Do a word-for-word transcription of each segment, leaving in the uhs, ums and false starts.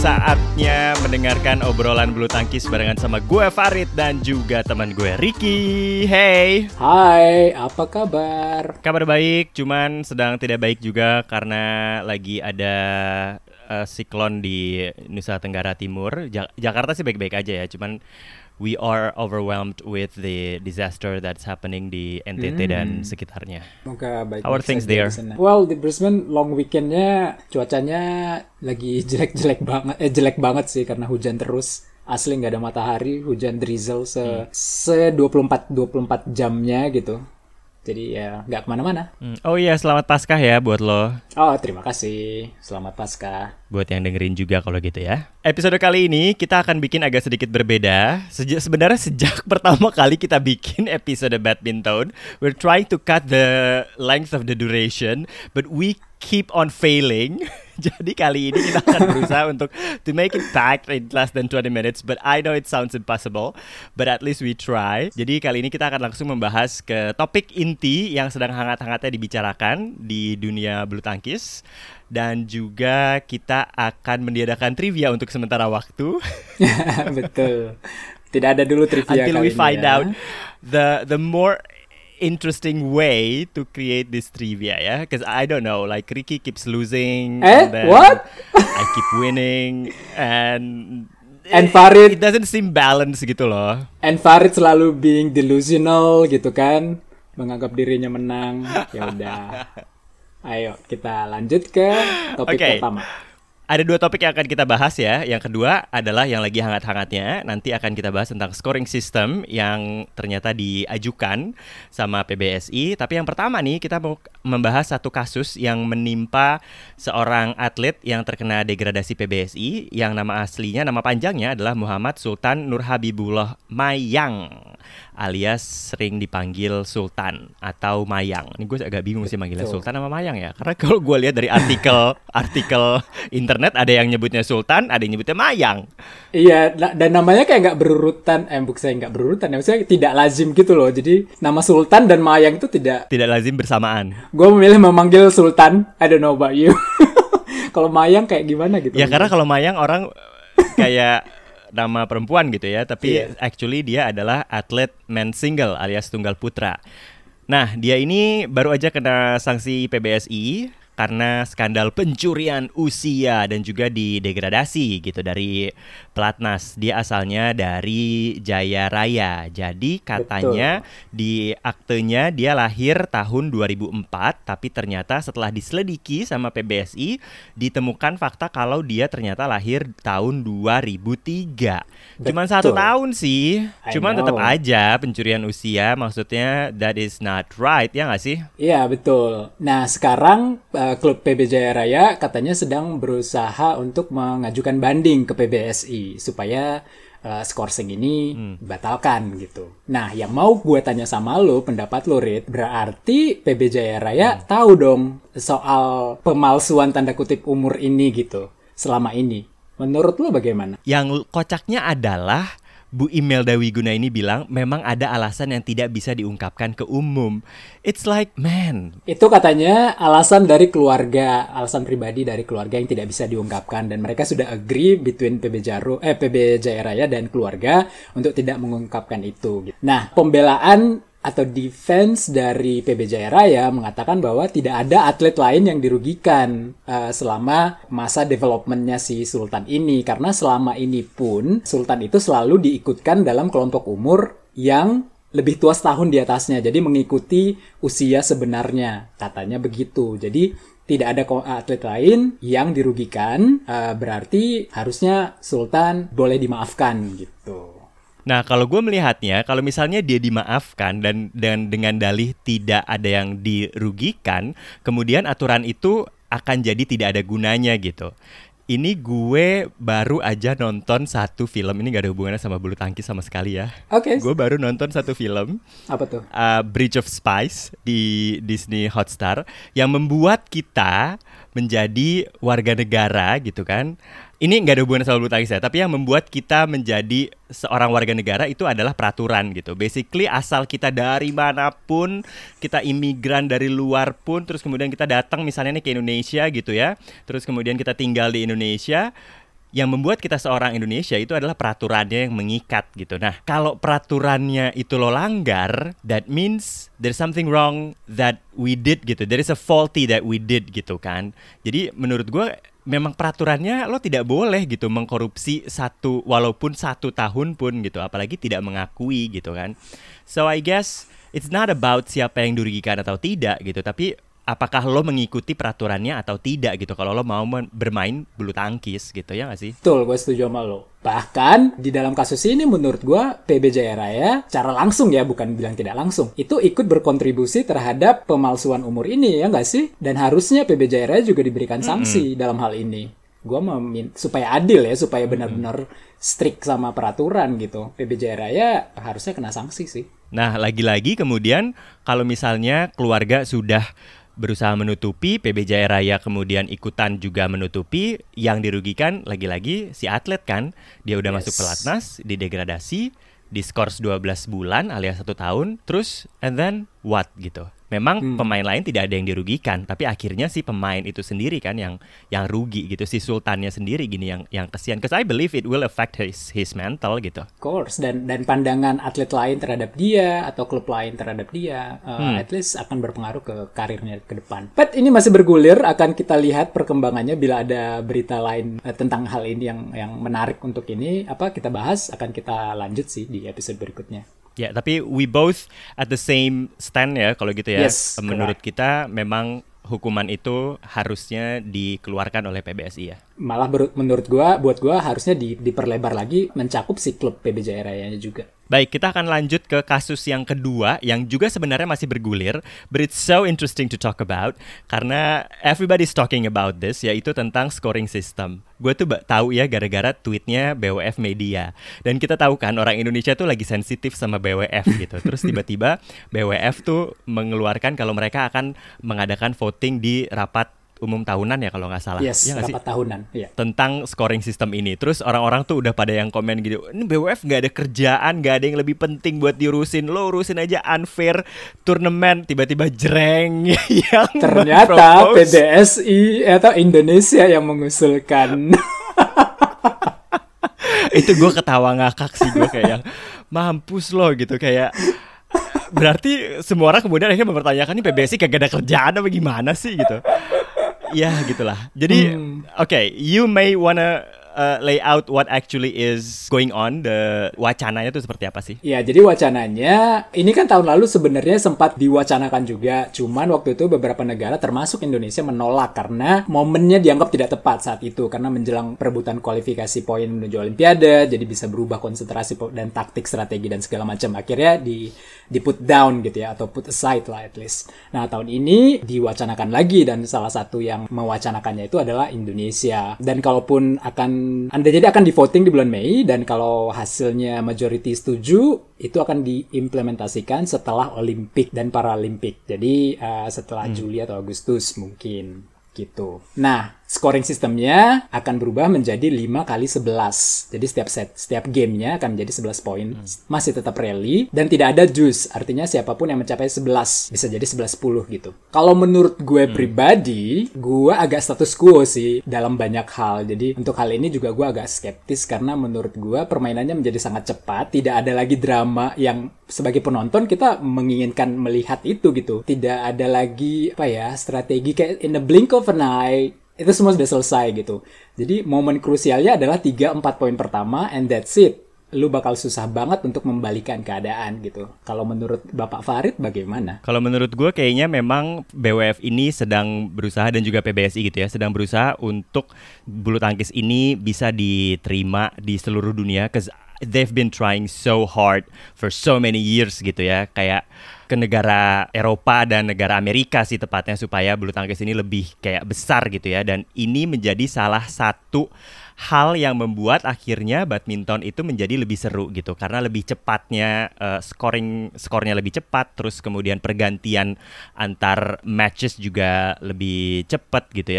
saatnya mendengarkan obrolan bulu tangkis barengan sama gue Farid dan juga teman gue Ricky. Hey. Hai, apa kabar? Kabar baik, cuman sedang tidak baik juga karena lagi ada uh, siklon di Nusa Tenggara Timur. Ja- Jakarta sih baik-baik aja ya, cuman we are overwhelmed with the disaster that's happening di N T T hmm. dan sekitarnya. Semoga baik. How are things there? Di well, di Brisbane long weekendnya cuacanya lagi jelek-jelek banget, eh jelek banget sih karena hujan terus. Asli nggak ada matahari, hujan drizzle se hmm. se dua puluh empat jamnya gitu. Jadi ya nggak kemana-mana. Hmm. Oh iya, selamat Paskah ya buat lo. Oh terima kasih, selamat Paskah. Buat yang dengerin juga kalau gitu ya. Episode kali ini kita akan bikin agak sedikit berbeda. Sejak sebenarnya sejak pertama kali kita bikin episode badminton, we're trying to cut the length of the duration, but we keep on failing. Jadi kali ini kita akan berusaha untuk to make it packed in less than twenty minutes, but I know it sounds impossible, but at least we try. Jadi kali ini kita akan langsung membahas ke topik inti yang sedang hangat-hangatnya dibicarakan di dunia bulu tangkis. Dan juga kita akan meniadakan trivia untuk sementara waktu. Betul. Tidak ada dulu trivia until kali we find ya. out the the more interesting way to create this trivia ya. Because I don't know, like Ricky keeps losing. Eh, and then what? I keep winning and And Farid, it doesn't seem balanced gitu loh. And Farid selalu being delusional gitu kan, menganggap dirinya menang. Ya udah. Ayo kita lanjut ke topik okay. pertama. Ada dua topik yang akan kita bahas ya. Yang kedua adalah yang lagi hangat-hangatnya. Nanti akan kita bahas tentang scoring system yang ternyata diajukan sama P B S I. Tapi yang pertama nih kita mau membahas satu kasus yang menimpa seorang atlet yang terkena degradasi P B S I. Yang nama aslinya, nama panjangnya adalah Muhammad Sultan Nur Habibullah Mayang, alias sering dipanggil Sultan atau Mayang. Ini gue agak bingung sih manggilnya Sultan sama Mayang ya. Karena kalau gue lihat dari artikel artikel internet ada yang nyebutnya Sultan, ada yang nyebutnya Mayang. Iya, dan namanya kayak nggak berurutan. Eh, bukan saya nggak berurutan, ya maksudnya tidak lazim gitu loh. Jadi nama Sultan dan Mayang itu tidak tidak lazim bersamaan. Gue memilih memanggil Sultan. I don't know about you. Kalau Mayang kayak gimana gitu? Ya karena kalau Mayang orang kayak nama perempuan gitu ya, tapi yeah. actually dia adalah atlet men single alias tunggal putra. Nah, dia ini baru aja kena sanksi P B S I karena skandal pencurian usia dan juga didegradasi gitu dari pelatnas. Dia asalnya dari Jaya Raya. Jadi katanya Betul. Di aktenya dia lahir tahun dua ribu empat, tapi ternyata setelah diselidiki sama P B S I ditemukan fakta kalau dia ternyata lahir tahun dua ribu tiga. Cuman satu tahun sih. Cuman tetap aja pencurian usia, maksudnya that is not right, ya nggak sih? Iya, betul. Nah, sekarang uh, klub P B Jaya Raya katanya sedang berusaha untuk mengajukan banding ke P B S I supaya uh, skorsing ini hmm. dibatalkan gitu. Nah, yang mau gue tanya sama lo, pendapat lo, Rit, berarti P B Jaya Raya hmm. tahu dong soal pemalsuan tanda kutip umur ini gitu selama ini. Menurut lo bagaimana? Yang kocaknya adalah Bu Imelda Wiguna ini bilang memang ada alasan yang tidak bisa diungkapkan ke umum. It's like, man. Itu katanya alasan dari keluarga, alasan pribadi dari keluarga yang tidak bisa diungkapkan. Dan mereka sudah agree between P B Jarum, eh, P B Jaya Raya dan keluarga untuk tidak mengungkapkan itu. Nah, pembelaan atau defense dari P B Jaya Raya mengatakan bahwa tidak ada atlet lain yang dirugikan uh, selama masa developmentnya si Sultan ini, karena selama ini pun Sultan itu selalu diikutkan dalam kelompok umur yang lebih tua setahun di atasnya, jadi mengikuti usia sebenarnya, katanya begitu. Jadi tidak ada atlet lain yang dirugikan, uh, berarti harusnya Sultan boleh dimaafkan gitu. Nah, kalau gue melihatnya, kalau misalnya dia dimaafkan dan, dan dengan dalih tidak ada yang dirugikan, kemudian aturan itu akan jadi tidak ada gunanya gitu. Ini gue baru aja nonton satu film, ini gak ada hubungannya sama bulu tangkis sama sekali ya. Oke. Okay. Gue baru nonton satu film. Apa tuh? Uh, Bridge of Spies di Disney Hotstar yang membuat kita menjadi warga negara gitu kan. Ini nggak ada hubungan sama bulu tangkis ya, tapi yang membuat kita menjadi seorang warga negara itu adalah peraturan gitu. Basically asal kita dari manapun, kita imigran dari luar pun, terus kemudian kita datang misalnya nih ke Indonesia gitu ya, terus kemudian kita tinggal di Indonesia, yang membuat kita seorang Indonesia itu adalah peraturannya yang mengikat gitu. Nah, kalau peraturannya itu lo langgar, that means there's something wrong that we did gitu. There is a faulty that we did gitu kan. Jadi menurut gue memang peraturannya lo tidak boleh gitu mengkorupsi satu walaupun satu tahun pun gitu, apalagi tidak mengakui gitu kan. So I guess it's not about siapa yang dirugikan atau tidak gitu, tapi apakah lo mengikuti peraturannya atau tidak gitu kalau lo mau bermain bulu tangkis gitu, ya nggak sih? Betul, gue setuju sama lo. Bahkan di dalam kasus ini menurut gue P B Jaya Raya cara langsung ya, bukan bilang tidak langsung, itu ikut berkontribusi terhadap pemalsuan umur ini, ya nggak sih? Dan harusnya P B Jaya Raya juga diberikan sanksi mm-hmm. dalam hal ini. Gue meminta supaya adil ya, supaya benar-benar strict sama peraturan gitu. P B Jaya Raya harusnya kena sanksi sih. Nah, lagi-lagi kemudian kalau misalnya keluarga sudah berusaha menutupi, P B Jaya Raya kemudian ikutan juga menutupi, yang dirugikan lagi-lagi si atlet kan. Dia udah yes. masuk pelatnas, didegradasi, diskors dua belas bulan alias satu tahun, terus and then what gitu. Memang hmm. pemain lain tidak ada yang dirugikan, tapi akhirnya si pemain itu sendiri kan yang yang rugi gitu, si sultannya sendiri gini yang yang kesian. Because I believe it will affect his his mental gitu. Of course, dan dan pandangan atlet lain terhadap dia atau klub lain terhadap dia, uh, hmm. at least akan berpengaruh ke karirnya ke depan. But ini masih bergulir, akan kita lihat perkembangannya bila ada berita lain uh, tentang hal ini yang yang menarik untuk ini apa kita bahas, akan kita lanjut sih di episode berikutnya. Ya, tapi we both at the same stand ya kalau gitu ya. Yes, menurut correct. Kita memang hukuman itu harusnya dikeluarkan oleh P B S I ya. Malah ber- menurut gua, buat gua harusnya di- diperlebar lagi mencakup si klub P B Jaya Rayanya juga. Baik, kita akan lanjut ke kasus yang kedua yang juga sebenarnya masih bergulir, but it's so interesting to talk about karena everybody's talking about this, yaitu tentang scoring system. Gue tuh b- tahu ya gara-gara tweetnya B W F Media, dan kita tahu kan orang Indonesia tuh lagi sensitif sama B W F gitu. Terus tiba-tiba B W F tuh mengeluarkan kalau mereka akan mengadakan voting di rapat umum tahunan ya kalau nggak salah. Yes, ya rapat sih? tahunan. Iya. Tentang scoring system ini. Terus orang-orang tuh udah pada yang komen gitu, ini B W F nggak ada kerjaan, nggak ada yang lebih penting buat diurusin. Lo urusin aja unfair turnamen. Tiba-tiba jreng yang ternyata P B S I atau Indonesia yang mengusulkan. Itu gue ketawa ngakak sih, gue kayak yang mampus lo gitu, kayak berarti semua orang kemudian akhirnya mempertanyakan ini P B S I kagak ada kerjaan apa gimana sih gitu. Ya gitulah. Jadi hmm. oke, okay, you may wanna uh, lay out what actually is going on. The wacananya itu seperti apa sih? Ya, jadi wacananya ini kan tahun lalu sebenarnya sempat diwacanakan juga. Cuman waktu itu beberapa negara termasuk Indonesia menolak karena momennya dianggap tidak tepat saat itu, karena menjelang perebutan kualifikasi poin menuju Olimpiade, jadi bisa berubah konsentrasi dan taktik, strategi dan segala macam. Akhirnya di di put down gitu ya, atau put aside lah at least. Nah, tahun ini diwacanakan lagi dan salah satu yang mewacanakannya itu adalah Indonesia. Dan kalaupun akan Anda jadi akan di voting di bulan Mei, dan kalau hasilnya majority setuju, itu akan diimplementasikan setelah Olimpik dan Paralimpik. Jadi uh, setelah hmm. Juli atau Agustus mungkin gitu. Nah, scoring sistemnya akan berubah menjadi lima kali sebelas. Jadi setiap set, setiap gamenya akan menjadi sebelas poin. Hmm. Masih tetap rally dan tidak ada juice. Artinya siapapun yang mencapai sebelas bisa jadi sebelas sepuluh gitu. Kalau menurut gue hmm. pribadi, gue agak status quo sih dalam banyak hal. Jadi untuk hal ini juga gue agak skeptis karena menurut gue permainannya menjadi sangat cepat. Tidak ada lagi drama yang sebagai penonton kita menginginkan melihat itu gitu. Tidak ada lagi apa ya strategi kayak in the blink of an eye. Itu semua sudah selesai gitu. Jadi momen krusialnya adalah tiga empat poin pertama and that's it. Lu bakal susah banget untuk membalikan keadaan gitu. Kalau menurut Bapak Farid bagaimana? Kalau menurut gue kayaknya memang B W F ini sedang berusaha, dan juga P B S I gitu ya, sedang berusaha untuk bulu tangkis ini bisa diterima di seluruh dunia, cause they've been trying so hard for so many years gitu ya. Kayak ke negara Eropa dan negara Amerika sih tepatnya, supaya bulu tangkis ini lebih kayak besar gitu ya. Dan ini menjadi salah satu hal yang membuat akhirnya badminton itu menjadi lebih seru gitu, karena lebih cepatnya uh, scoring skornya lebih cepat, terus kemudian pergantian antar matches juga lebih cepat gitu ya.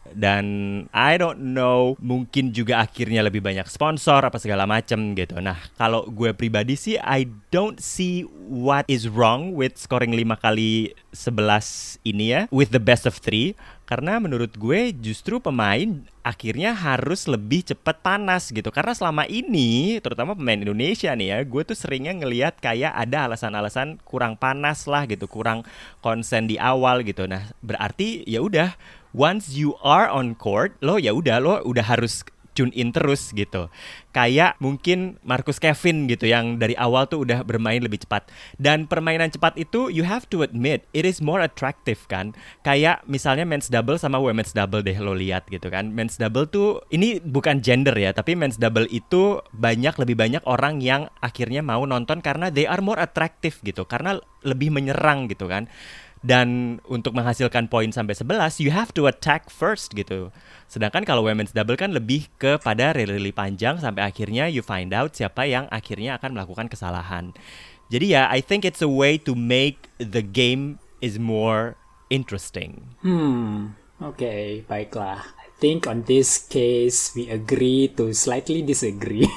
Dan I don't know, mungkin juga akhirnya lebih banyak sponsor apa segala macem gitu. Nah, kalau gue pribadi sih I don't see what is wrong with scoring lima kali sebelas ini ya, with the best of three. Karena menurut gue justru pemain akhirnya harus lebih cepat panas gitu. Karena selama ini, terutama pemain Indonesia nih ya, gue tuh seringnya ngelihat kayak ada alasan-alasan kurang panas lah gitu, kurang konsen di awal gitu. Nah, berarti ya udah, once you are on court, lo ya udah lo udah harus tune in terus gitu. Kayak mungkin Marcus Kevin gitu yang dari awal tuh udah bermain lebih cepat. Dan permainan cepat itu you have to admit it is more attractive kan. Kayak misalnya men's double sama women's double deh lo lihat gitu kan. Men's double tuh ini bukan gender ya, tapi men's double itu banyak lebih banyak orang yang akhirnya mau nonton karena they are more attractive gitu. Karena lebih menyerang gitu kan. Dan untuk menghasilkan poin sampai sebelas, you have to attack first gitu. Sedangkan kalau women's double kan lebih kepada rally panjang sampai akhirnya you find out siapa yang akhirnya akan melakukan kesalahan. Jadi ya, I think it's a way to make the game is more interesting. Hmm, oke, okay, baiklah. I think on this case we agree to slightly disagree.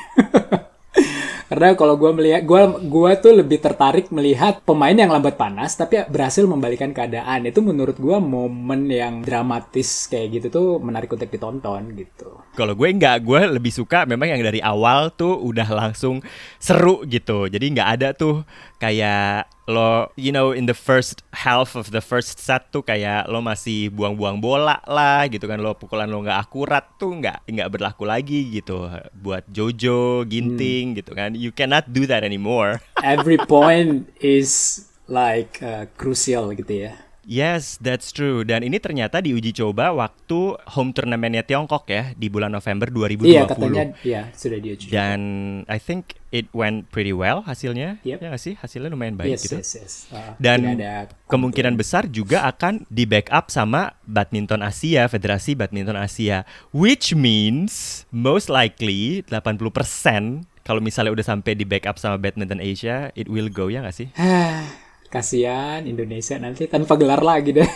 Karena kalau gue melihat, gue gue tuh lebih tertarik melihat pemain yang lambat panas tapi berhasil membalikan keadaan. Itu menurut gue momen yang dramatis kayak gitu tuh menarik untuk ditonton gitu. Kalau gue nggak, gue lebih suka memang yang dari awal tuh udah langsung seru gitu. Jadi nggak ada tuh kayak lo, you know, in the first half of the first set tuh kayak lo masih buang-buang bola lah gitu kan, lo pukulan lo nggak akurat tuh nggak nggak berlaku lagi gitu buat Jojo, Ginting hmm. gitu kan. You cannot do that anymore. Every point is like uh, crucial gitu ya. Yes, that's true. Dan ini ternyata diuji coba waktu home turnamennya Tiongkok ya di bulan November dua ribu dua puluh. Iya, katanya ya sudah diuji coba. Dan I think it went pretty well hasilnya. Yep. Ya nggak sih? Hasilnya lumayan baik yes, gitu. Yes, yes. Uh, Dan kemungkinan besar juga akan di backup sama Badminton Asia, Federasi Badminton Asia. Which means most likely delapan puluh persen kalau misalnya udah sampai di backup sama Badminton Asia, it will go, ya nggak sih? Kasian Indonesia nanti tanpa gelar lagi deh.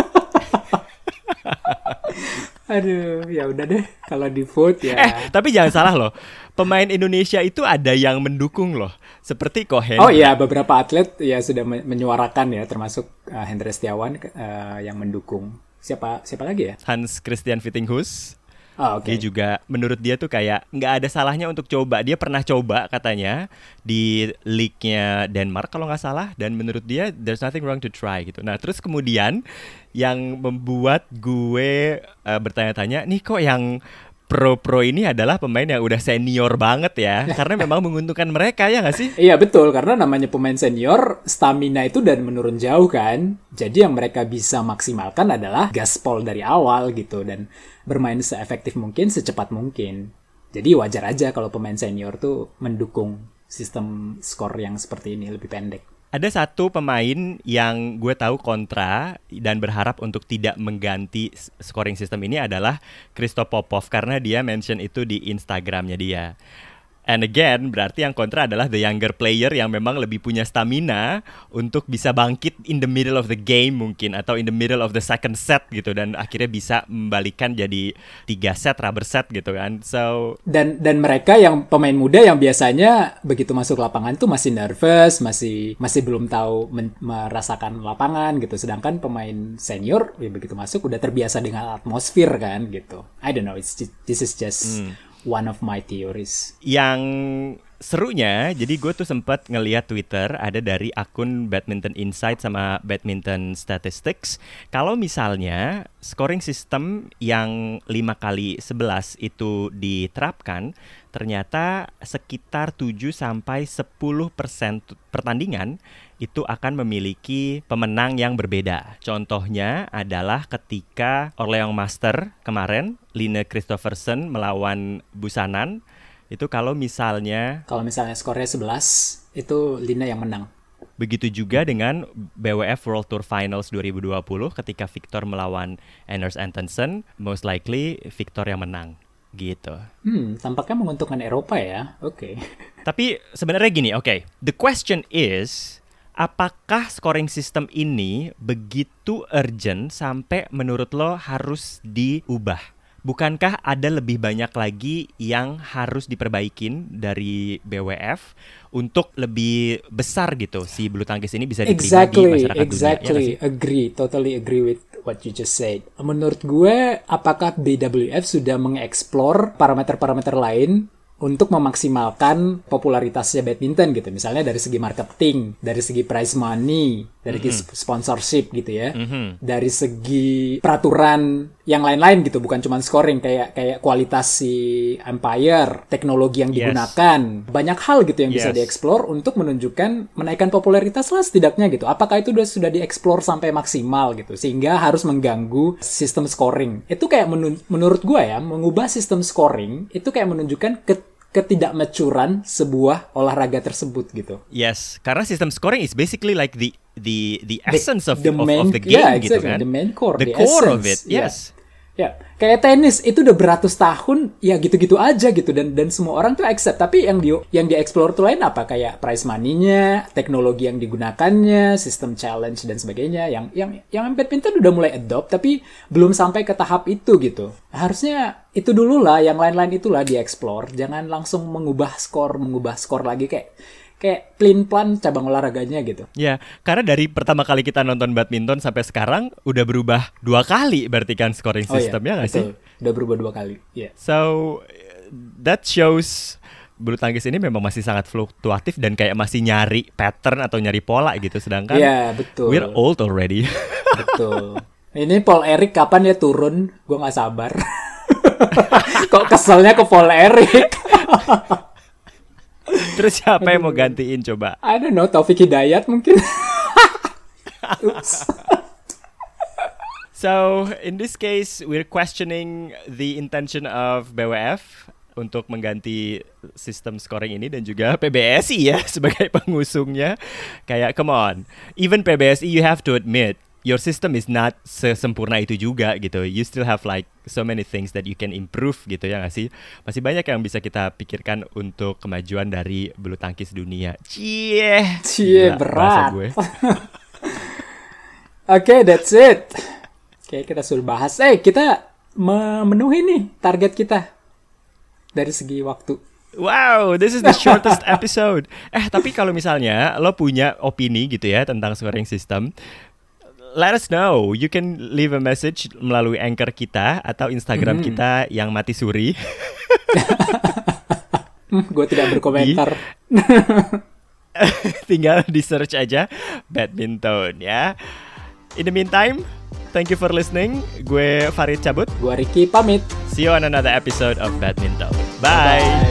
Aduh, ya udah deh kalau di vote ya. Eh, tapi jangan salah loh. Pemain Indonesia itu ada yang mendukung loh. Seperti Kohen. Oh iya, beberapa atlet ya sudah menyuarakan ya, termasuk uh, Hendra Setiawan uh, yang mendukung. Siapa siapa lagi ya? Hans Christian Vittinghus. Oh, okay. Dia juga, menurut dia tuh kayak nggak ada salahnya untuk coba. Dia pernah coba katanya di league-nya Denmark kalau nggak salah. Dan menurut dia, there's nothing wrong to try gitu. Nah terus kemudian yang membuat gue uh, bertanya-tanya, nih kok yang pro-pro ini adalah pemain yang udah senior banget ya. Karena memang menguntungkan mereka, ya nggak sih? Iya betul, karena namanya pemain senior, stamina itu dan menurun jauh kan. Jadi yang mereka bisa maksimalkan adalah gaspol dari awal gitu. Dan bermain seefektif mungkin, secepat mungkin. Jadi wajar aja kalau pemain senior tuh mendukung sistem skor yang seperti ini, lebih pendek. Ada satu pemain yang gue tahu kontra dan berharap untuk tidak mengganti scoring system ini adalah Christo Popov, karena dia mention itu di Instagramnya dia. And again, berarti yang kontra adalah the younger player yang memang lebih punya stamina untuk bisa bangkit in the middle of the game mungkin, atau in the middle of the second set gitu, dan akhirnya bisa membalikan jadi tiga set, rubber set gitu kan. So dan dan mereka yang pemain muda yang biasanya begitu masuk lapangan tuh masih nervous, masih masih belum tahu men- merasakan lapangan gitu. Sedangkan pemain senior ya begitu masuk udah terbiasa dengan atmosfer kan gitu. I don't know, it's this is just hmm. one of my theories. Yang serunya, jadi gue tuh sempat ngeliat Twitter ada dari akun Badminton Insight sama Badminton Statistics. Kalau misalnya scoring system yang lima kali sebelas itu diterapkan, ternyata sekitar tujuh sampai sepuluh persen pertandingan itu akan memiliki pemenang yang berbeda. Contohnya adalah ketika Orleans Master kemarin, Line Kristoffersen melawan Busanan, itu kalau misalnya kalau misalnya skornya sebelas, itu Line yang menang. Begitu juga dengan B W F World Tour Finals dua ribu dua puluh ketika Victor melawan Anders Antonsen, most likely Victor yang menang. Gitu. Hmm, tampaknya menguntungkan Eropa ya. Oke. Okay. Tapi sebenarnya gini, oke. Okay. The question is, apakah scoring system ini begitu urgent sampai menurut lo harus diubah? Bukankah ada lebih banyak lagi yang harus diperbaikin dari B W F untuk lebih besar gitu si bulu tangkis ini bisa diterima exactly, di masyarakat exactly, dunia? Exactly, agree, totally agree with what you just said. Menurut gue, apakah B W F sudah mengeksplor parameter-parameter lain untuk memaksimalkan popularitasnya badminton gitu. Misalnya dari segi marketing, dari segi prize money, dari segi mm-hmm. sponsorship gitu ya. Mm-hmm. Dari segi peraturan yang lain-lain gitu, bukan cuma scoring, kayak kayak kualitas si umpire, teknologi yang digunakan. Yes. Banyak hal gitu yang yes. bisa dieksplor untuk menunjukkan menaikkan popularitas lah setidaknya gitu. Apakah itu sudah sudah dieksplor sampai maksimal gitu sehingga harus mengganggu sistem scoring. Itu kayak menun- menurut gue ya, mengubah sistem scoring itu kayak menunjukkan ke ketidakmacuran sebuah olahraga tersebut gitu. Yes, karena sistem scoring is basically like the the the essence the, of, the of, main, of the game yeah, gitu exactly, kan. The main core, the, the core essence. of it, yes. Ya, kayak tenis itu udah beratus tahun ya gitu-gitu aja gitu dan dan semua orang tuh accept. Tapi yang di yang dieksplor tuh lain apa, kayak prize money-nya, teknologi yang digunakannya, sistem challenge dan sebagainya. Yang yang yang badminton udah mulai adopt tapi belum sampai ke tahap itu gitu. Harusnya itu dulu lah, yang lain-lain itulah dieksplor. Jangan langsung mengubah skor, mengubah skor lagi kayak kayak plin-plan cabang olahraganya gitu. Ya, karena dari pertama kali kita nonton badminton sampai sekarang udah berubah dua kali berarti kan scoring systemnya nggak oh, iya, sih? Udah berubah dua kali. Yeah. So that shows bulu tangkis ini memang masih sangat fluktuatif dan kayak masih nyari pattern atau nyari pola gitu. Sedangkan yeah, betul. we're old already. Betul. Ini Paul Eric kapan ya turun? Gue nggak sabar. Kok keselnya ke Paul Eric? Terus siapa yang mau gantiin coba? I don't know, Taufik Hidayat mungkin. Oops. So, in this case, we're questioning the intention of B W F untuk mengganti sistem scoring ini dan juga P B S I ya sebagai pengusungnya. Kayak, come on, even P B S I you have to admit, your system is not sesempurna itu juga gitu. You still have like so many things that you can improve gitu ya nggak sih? Masih banyak yang bisa kita pikirkan untuk kemajuan dari bulu tangkis dunia. Cie, cie berat. Oke, okay, that's it. Oke, okay, kita sudah bahas. Eh, kita memenuhi nih target kita dari segi waktu. Wow, this is the shortest episode. Eh, tapi kalau misalnya lo punya opini gitu ya tentang scoring system, let us know. You can leave a message melalui Anchor kita atau Instagram mm-hmm. kita yang mati suri. Gue tidak berkomentar. Di... Tinggal di search aja badminton ya. In the meantime, thank you for listening. Gue Farid cabut. Gue Ricky pamit. See you on another episode of Badminton. Bye. Bye.